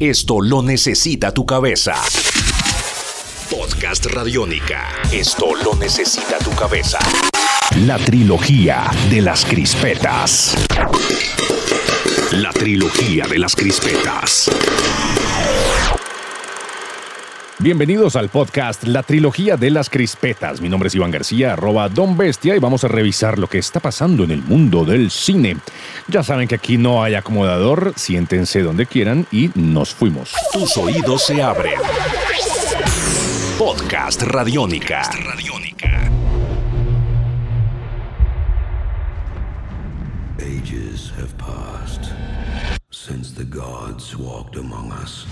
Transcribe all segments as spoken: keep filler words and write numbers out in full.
Esto lo necesita tu cabeza. Podcast Radiónica. Esto lo necesita tu cabeza. La trilogía de las crispetas. La trilogía de las crispetas. Bienvenidos al podcast La Trilogía de las Crispetas. Mi nombre es Iván García, arroba Don Bestia, y vamos a revisar lo que está pasando en el mundo del cine. Ya saben que aquí no hay acomodador, siéntense donde quieran y nos fuimos. Tus oídos se abren. Podcast Radiónica. Ages have passed since the gods walked among us.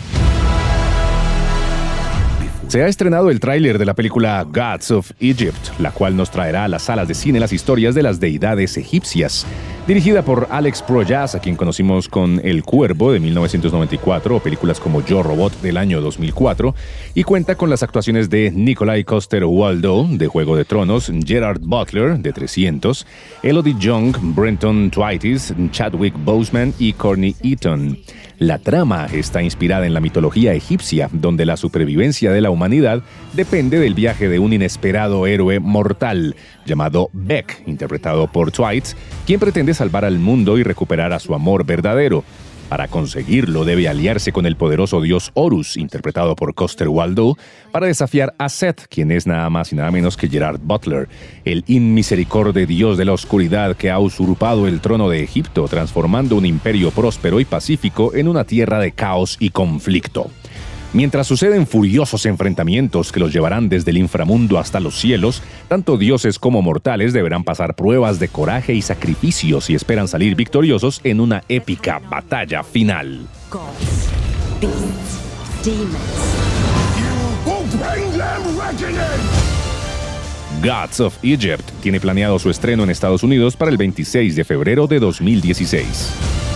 Se ha estrenado el tráiler de la película Gods of Egypt, la cual nos traerá a las salas de cine las historias de las deidades egipcias. Dirigida por Alex Proyas, a quien conocimos con El Cuervo de mil novecientos noventa y cuatro o películas como Yo Robot del año dos mil cuatro, y cuenta con las actuaciones de Nikolai Coster-Waldau de Juego de Tronos, Gerard Butler de trescientos, Elodie Young, Brenton Twitis, Chadwick Boseman y Courtney Eaton. La trama está inspirada en la mitología egipcia, donde la supervivencia de la humanidad depende del viaje de un inesperado héroe mortal llamado Bek, interpretado por Twites, quien pretende salvar al mundo y recuperar a su amor verdadero. Para conseguirlo, debe aliarse con el poderoso dios Horus, interpretado por Coster-Waldau, para desafiar a Seth, quien es nada más y nada menos que Gerard Butler, el inmisericorde dios de la oscuridad que ha usurpado el trono de Egipto, transformando un imperio próspero y pacífico en una tierra de caos y conflicto. Mientras suceden furiosos enfrentamientos que los llevarán desde el inframundo hasta los cielos, tanto dioses como mortales deberán pasar pruebas de coraje y sacrificio si esperan salir victoriosos en una épica batalla final. Gods, beasts, demons. You will bring them reckoning! Gods of Egypt tiene planeado su estreno en Estados Unidos para el veintiséis de febrero de dos mil dieciséis.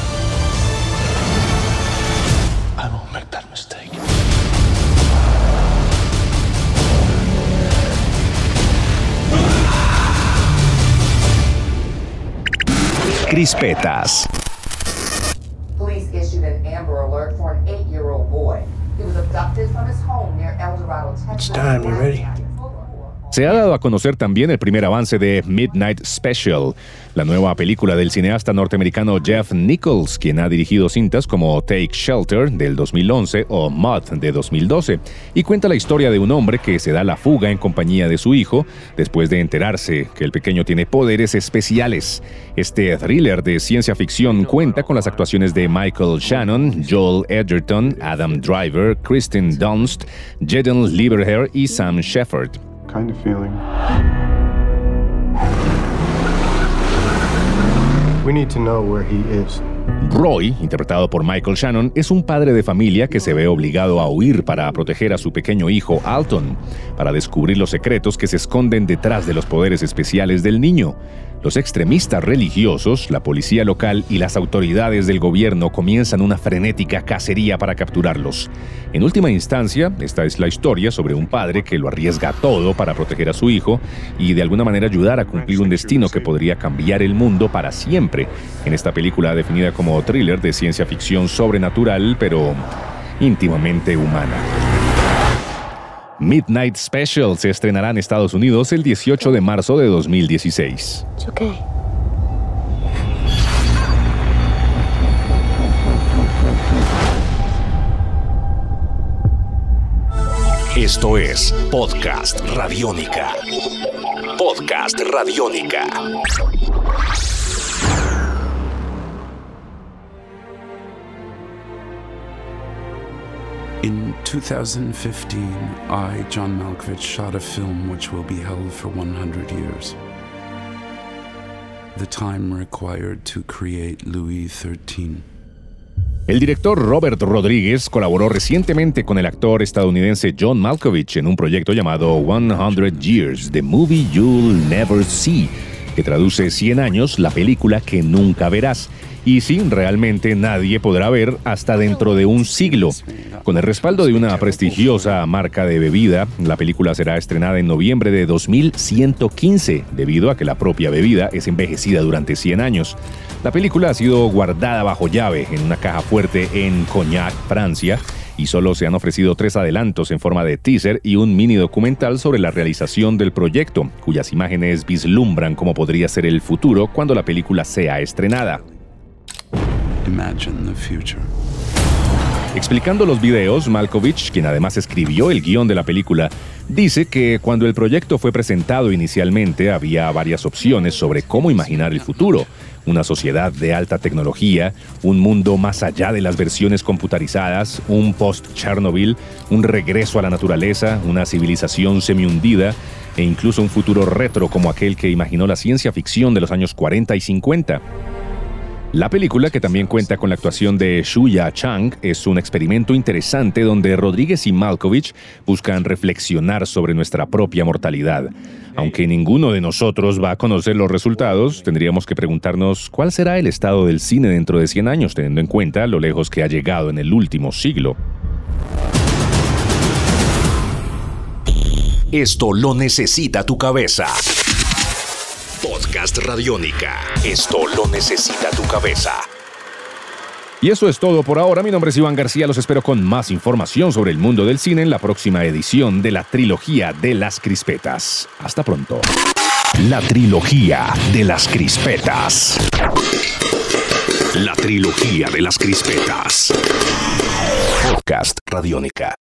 I won't make that mistake. Crispetas. Police issued an Amber Alert for an eight-year-old boy. He was abducted from his home near El Dorado, Texas. It's time, you ready? Se ha dado a conocer también el primer avance de Midnight Special, la nueva película del cineasta norteamericano Jeff Nichols, quien ha dirigido cintas como Take Shelter del dos mil once o Mud de dos mil doce, y cuenta la historia de un hombre que se da la fuga en compañía de su hijo después de enterarse que el pequeño tiene poderes especiales. Este thriller de ciencia ficción cuenta con las actuaciones de Michael Shannon, Joel Edgerton, Adam Driver, Kristen Dunst, Jaden Lieberher y Sam Shepard. Kind of feeling. We need to know where he is. Roy, interpretado por Michael Shannon, es un padre de familia que se ve obligado a huir para proteger a su pequeño hijo Alton, para descubrir los secretos que se esconden detrás de los poderes especiales del niño. Los extremistas religiosos, la policía local y las autoridades del gobierno comienzan una frenética cacería para capturarlos. En última instancia, esta es la historia sobre un padre que lo arriesga todo para proteger a su hijo y de alguna manera ayudar a cumplir un destino que podría cambiar el mundo para siempre. En esta película definida como thriller de ciencia ficción sobrenatural, pero íntimamente humana. Midnight Special se estrenará en Estados Unidos el dieciocho de marzo de dos mil dieciséis. It's okay. Esto es Podcast Radiónica. Podcast Radiónica. In two thousand fifteen, I, John Malkovich, shot a film which will be held for one hundred years. The time required to create Louis thirteen. El director Robert Rodriguez colaboró recientemente con el actor estadounidense John Malkovich en un proyecto llamado one hundred years, The Movie You'll Never See, que traduce cien años, la película que nunca verás, Y sí, realmente nadie podrá ver hasta dentro de un siglo. Con el respaldo de una prestigiosa marca de bebida, la película será estrenada en noviembre de dos mil ciento quince, debido a que la propia bebida es envejecida durante cien años. La película ha sido guardada bajo llave en una caja fuerte en Cognac, Francia, y solo se han ofrecido tres adelantos en forma de teaser y un mini documental sobre la realización del proyecto, cuyas imágenes vislumbran cómo podría ser el futuro cuando la película sea estrenada. Imagine the future. Explicando los videos, Malkovich, quien además escribió el guión de la película, dice que cuando el proyecto fue presentado inicialmente había varias opciones sobre cómo imaginar el futuro. Una sociedad de alta tecnología, un mundo más allá de las versiones computarizadas, un post-Chernobyl, un regreso a la naturaleza, una civilización semi-hundida e incluso un futuro retro como aquel que imaginó la ciencia ficción de los años cuarenta y cincuenta. La película, que también cuenta con la actuación de Shuya Chang, es un experimento interesante donde Rodríguez y Malkovich buscan reflexionar sobre nuestra propia mortalidad. Aunque ninguno de nosotros va a conocer los resultados, tendríamos que preguntarnos cuál será el estado del cine dentro de cien años, teniendo en cuenta lo lejos que ha llegado en el último siglo. Esto lo necesita tu cabeza. Podcast Radiónica. Esto lo necesita tu cabeza. Y eso es todo por ahora. Mi nombre es Iván García. Los espero con más información sobre el mundo del cine en la próxima edición de la Trilogía de las Crispetas. Hasta pronto. La Trilogía de las Crispetas. La Trilogía de las Crispetas. Podcast Radiónica.